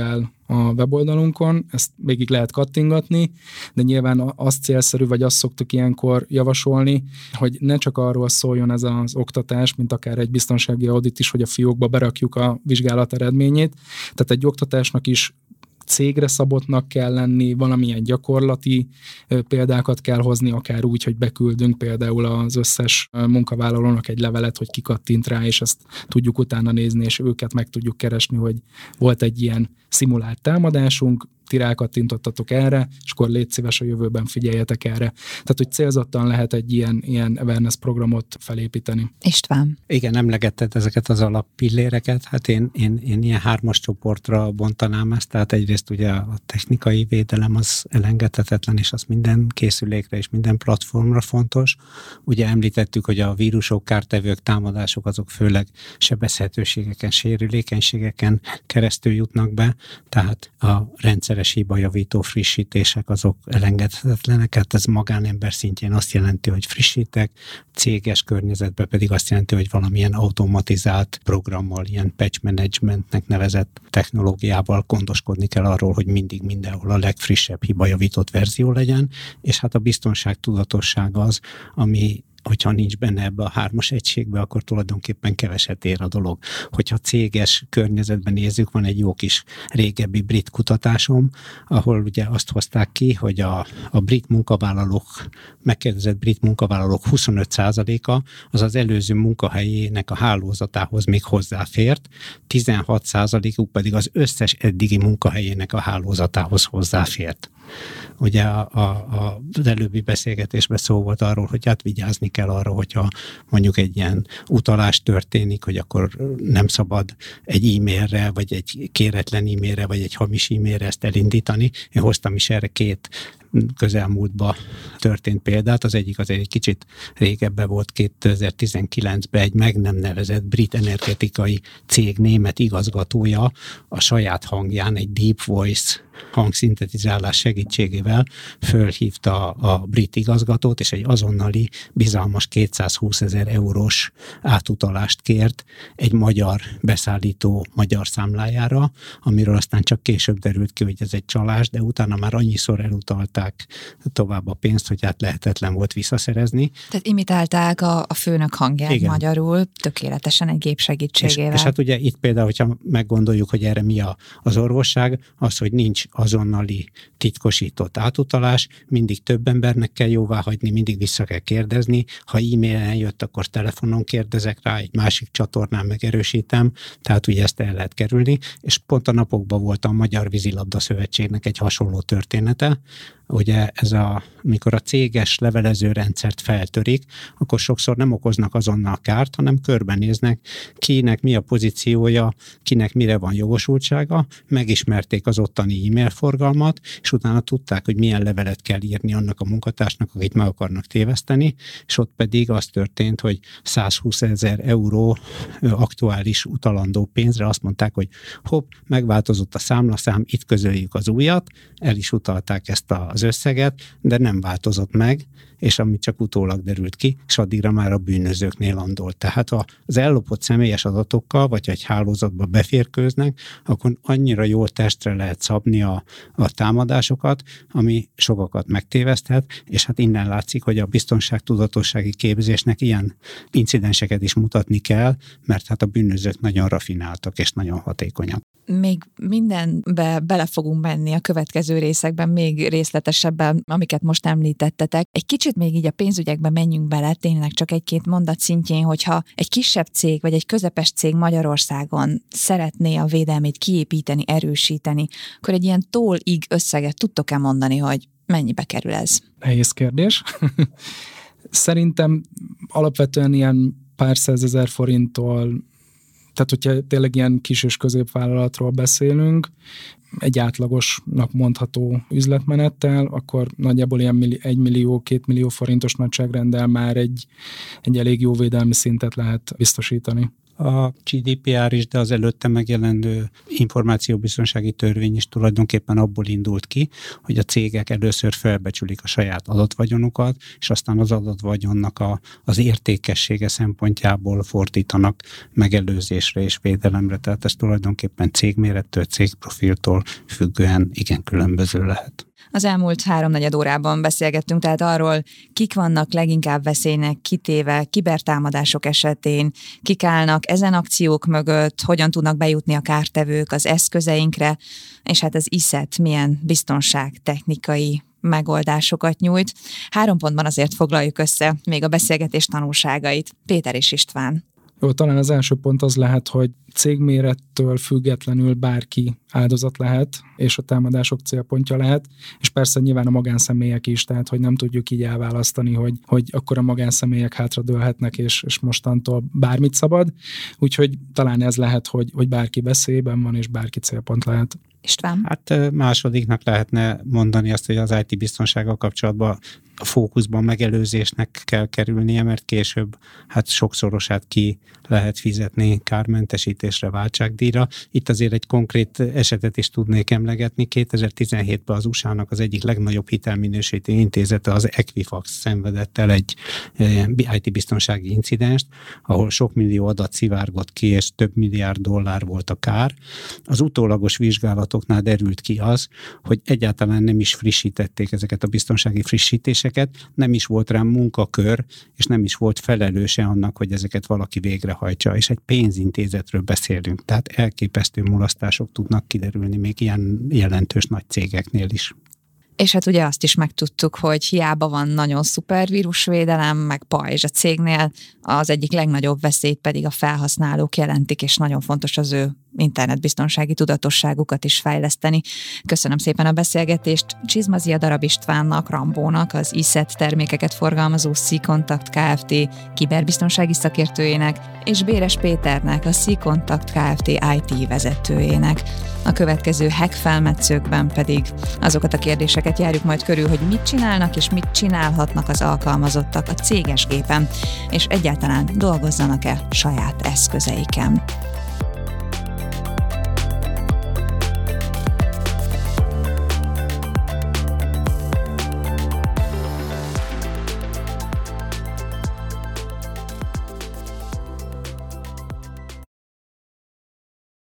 a weboldalunkon, ezt végig lehet kattingatni, de nyilván az célszerű, vagy azt szoktuk ilyenkor javasolni, hogy ne csak arról szóljon ez az oktatás, mint akár egy biztonsági audit is, hogy a fiókba berakjuk a vizsgálat eredményét. Tehát egy oktatásnak is cégre szabottnak kell lenni, valamilyen gyakorlati példákat kell hozni, akár úgy, hogy beküldünk például az összes munkavállalónak egy levelet, hogy kikattint rá, és ezt tudjuk utána nézni, és őket meg tudjuk keresni, hogy volt egy ilyen szimulált támadásunk, ti rákattintottatok erre, és akkor légy szíves a jövőben figyeljetek erre. Tehát, hogy célzottan lehet egy ilyen, ilyen awareness programot felépíteni. István. Igen, emlegetted ezeket az alappilléreket, hát én, én, én ilyen hármas csoportra bontanám ezt, tehát egyrészt ugye a technikai védelem az elengedhetetlen, és az minden készülékre és minden platformra fontos. Ugye említettük, hogy a vírusok, kártevők, támadások azok főleg sebezhetőségeken, sérülékenységeken keresztül jutnak be, tehát a rendszer hibajavító frissítések azok elengedhetetlenek, hát ez magánember szintjén azt jelenti, hogy frissítek, céges környezetben pedig azt jelenti, hogy valamilyen automatizált programmal, ilyen patch managementnek nevezett technológiával gondoskodni kell arról, hogy mindig mindenhol a legfrissebb hibajavított verzió legyen, és hát a biztonság tudatosság az, ami hogyha nincs benne ebbe a hármas egységbe, akkor tulajdonképpen keveset ér a dolog. Hogyha céges környezetben nézzük, van egy jó kis régebbi brit kutatásom, ahol ugye azt hozták ki, hogy a, a brit munkavállalók, megkérdezett brit munkavállalók huszonöt százaléka az az előző munkahelyének a hálózatához még hozzáfért, tizenhat százalékuk pedig az összes eddigi munkahelyének a hálózatához hozzáfért. Ugye a, a, a, az előbbi beszélgetésben szó volt arról, hogy hát vigyázni kell arra, hogyha mondjuk egy ilyen utalás történik, hogy akkor nem szabad egy e-mailre, vagy egy kéretlen e-mailre, vagy egy hamis e-mailre ezt elindítani. Én hoztam is erre két közelmúltban történt példát. Az egyik az egy kicsit régebben volt, kétezer-tizenkilencben egy meg nem nevezett brit energetikai cég német igazgatója a saját hangján egy Deep Voice hangszintetizálás segítségével fölhívta a brit igazgatót, és egy azonnali bizalmas kétszázhúszezer eurós átutalást kért egy magyar beszállító magyar számlájára, amiről aztán csak később derült ki, hogy ez egy csalás, de utána már annyiszor elutalták tovább a pénzt, hogy hát lehetetlen volt visszaszerezni. Tehát imitálták a, a főnök hangját. Igen. Magyarul, tökéletesen egy gép segítségével. És, és hát ugye itt például, hogyha meggondoljuk, hogy erre mi a, az orvosság, az, hogy nincs azonnali titkosított átutalás, mindig több embernek kell jóvá hagyni, mindig vissza kell kérdezni, ha e-mailen jött, akkor telefonon kérdezek rá, egy másik csatornán megerősítem, tehát ugye ezt el lehet kerülni, és pont a napokban volt a Magyar Vízilabda Szövetségnek egy hasonló története. Ugye ez a, mikor a céges levelező rendszert feltörik, akkor sokszor nem okoznak azonnal kárt, hanem körbenéznek, kinek mi a pozíciója, kinek mire van jogosultsága, megismerték az ottani e-mail forgalmat, és utána tudták, hogy milyen levelet kell írni annak a munkatársnak, akit meg akarnak téveszteni, és ott pedig az történt, hogy százhúszezer euró aktuális utalandó pénzre azt mondták, hogy hopp, megváltozott a számlaszám, itt közöljük az újat, el is utalták ezt a az összeget, de nem változott meg, és amit csak utólag derült ki, és addigra már a bűnözőknél landolt. Tehát ha az ellopott személyes adatokkal, vagy egy hálózatba beférkőznek, akkor annyira jól testre lehet szabni a, a támadásokat, ami sokakat megtéveszthet, és hát innen látszik, hogy a biztonságtudatossági képzésnek ilyen incidenseket is mutatni kell, mert hát a bűnözők nagyon rafináltak és nagyon hatékonyak. Még mindenbe bele fogunk menni a következő részekben, még részletesebben, amiket most említettetek. Egy kicsit még így a pénzügyekbe menjünk bele, tényleg csak egy-két mondat szintjén, hogyha egy kisebb cég, vagy egy közepes cég Magyarországon szeretné a védelmét kiépíteni, erősíteni, akkor egy ilyen tól-ig összeget tudtok-e mondani, hogy mennyibe kerül ez? Nehéz kérdés. Szerintem alapvetően ilyen pár százezer forinttól, tehát hogyha tényleg ilyen kis és középvállalatról beszélünk, egy átlagosnak mondható üzletmenettel, akkor nagyjából ilyen egy millió, két millió forintos nagyságrenddel már egy, egy elég jó védelmi szintet lehet biztosítani. A gé dé pé er is, de az előtte megjelenő információbiztonsági törvény is tulajdonképpen abból indult ki, hogy a cégek először felbecsülik a saját adatvagyonukat, és aztán az adatvagyonnak a, az értékessége szempontjából fordítanak megelőzésre és védelemre. Tehát ez tulajdonképpen cégmérettől, cégprofiltól függően igen különböző lehet. Az elmúlt háromnegyed órában beszélgettünk tehát arról, kik vannak leginkább veszélynek kitéve kibertámadások esetén, kik állnak ezen akciók mögött, hogyan tudnak bejutni a kártevők az eszközeinkre, és hát az i szet milyen biztonságtechnikai megoldásokat nyújt. Három pontban azért foglaljuk össze még a beszélgetés tanulságait. Péter és István. Jó, talán az első pont az lehet, hogy cégmérettől függetlenül bárki áldozat lehet, és a támadások célpontja lehet, és persze nyilván a magánszemélyek is, tehát hogy nem tudjuk így elválasztani, hogy, hogy akkor a magánszemélyek hátradőlhetnek, és, és mostantól bármit szabad, úgyhogy talán ez lehet, hogy, hogy bárki veszélyben van, és bárki célpont lehet. István? Hát másodiknak lehetne mondani azt, hogy az i té biztonsággal kapcsolatban a fókuszban megelőzésnek kell kerülnie, mert később hát sokszorosát ki lehet fizetni kármentesítésre, váltságdíjra. Itt azért egy konkrét esetet is tudnék emlegetni. kétezer-tizenhétben az u es á-nak az egyik legnagyobb hitelminősítő intézete, az Equifax szenvedett el egy i té biztonsági incidenst, ahol sok millió adat szivárgott ki, és több milliárd dollár volt a kár. Az utólagos vizsgálatoknál derült ki az, hogy egyáltalán nem is frissítették ezeket a biztonsági frissítéseket, nem is volt rá munkakör, és nem is volt felelőse annak, hogy ezeket valaki végrehajtsa, és egy pénzintézetről beszélünk. Tehát elképesztő mulasztások tudnak kiderülni még ilyen jelentős nagy cégeknél is. És hát ugye azt is megtudtuk, hogy hiába van nagyon szuper vírusvédelem, meg pajzs a cégnél, az egyik legnagyobb veszélyt pedig a felhasználók jelentik, és nagyon fontos az ő internetbiztonsági tudatosságukat is fejleszteni. Köszönöm szépen a beszélgetést Csizmazia Darab Istvánnak, Rambónak, az i szet termékeket forgalmazó C-Contact Kft. Kiberbiztonsági szakértőjének, és Béres Péternek, a C-Contact Kft. i té vezetőjének. A következő hack felmetszőkben pedig azokat a kérdéseket járjuk majd körül, hogy mit csinálnak és mit csinálhatnak az alkalmazottak a céges gépen, és egyáltalán dolgozzanak-e saját eszközeiken.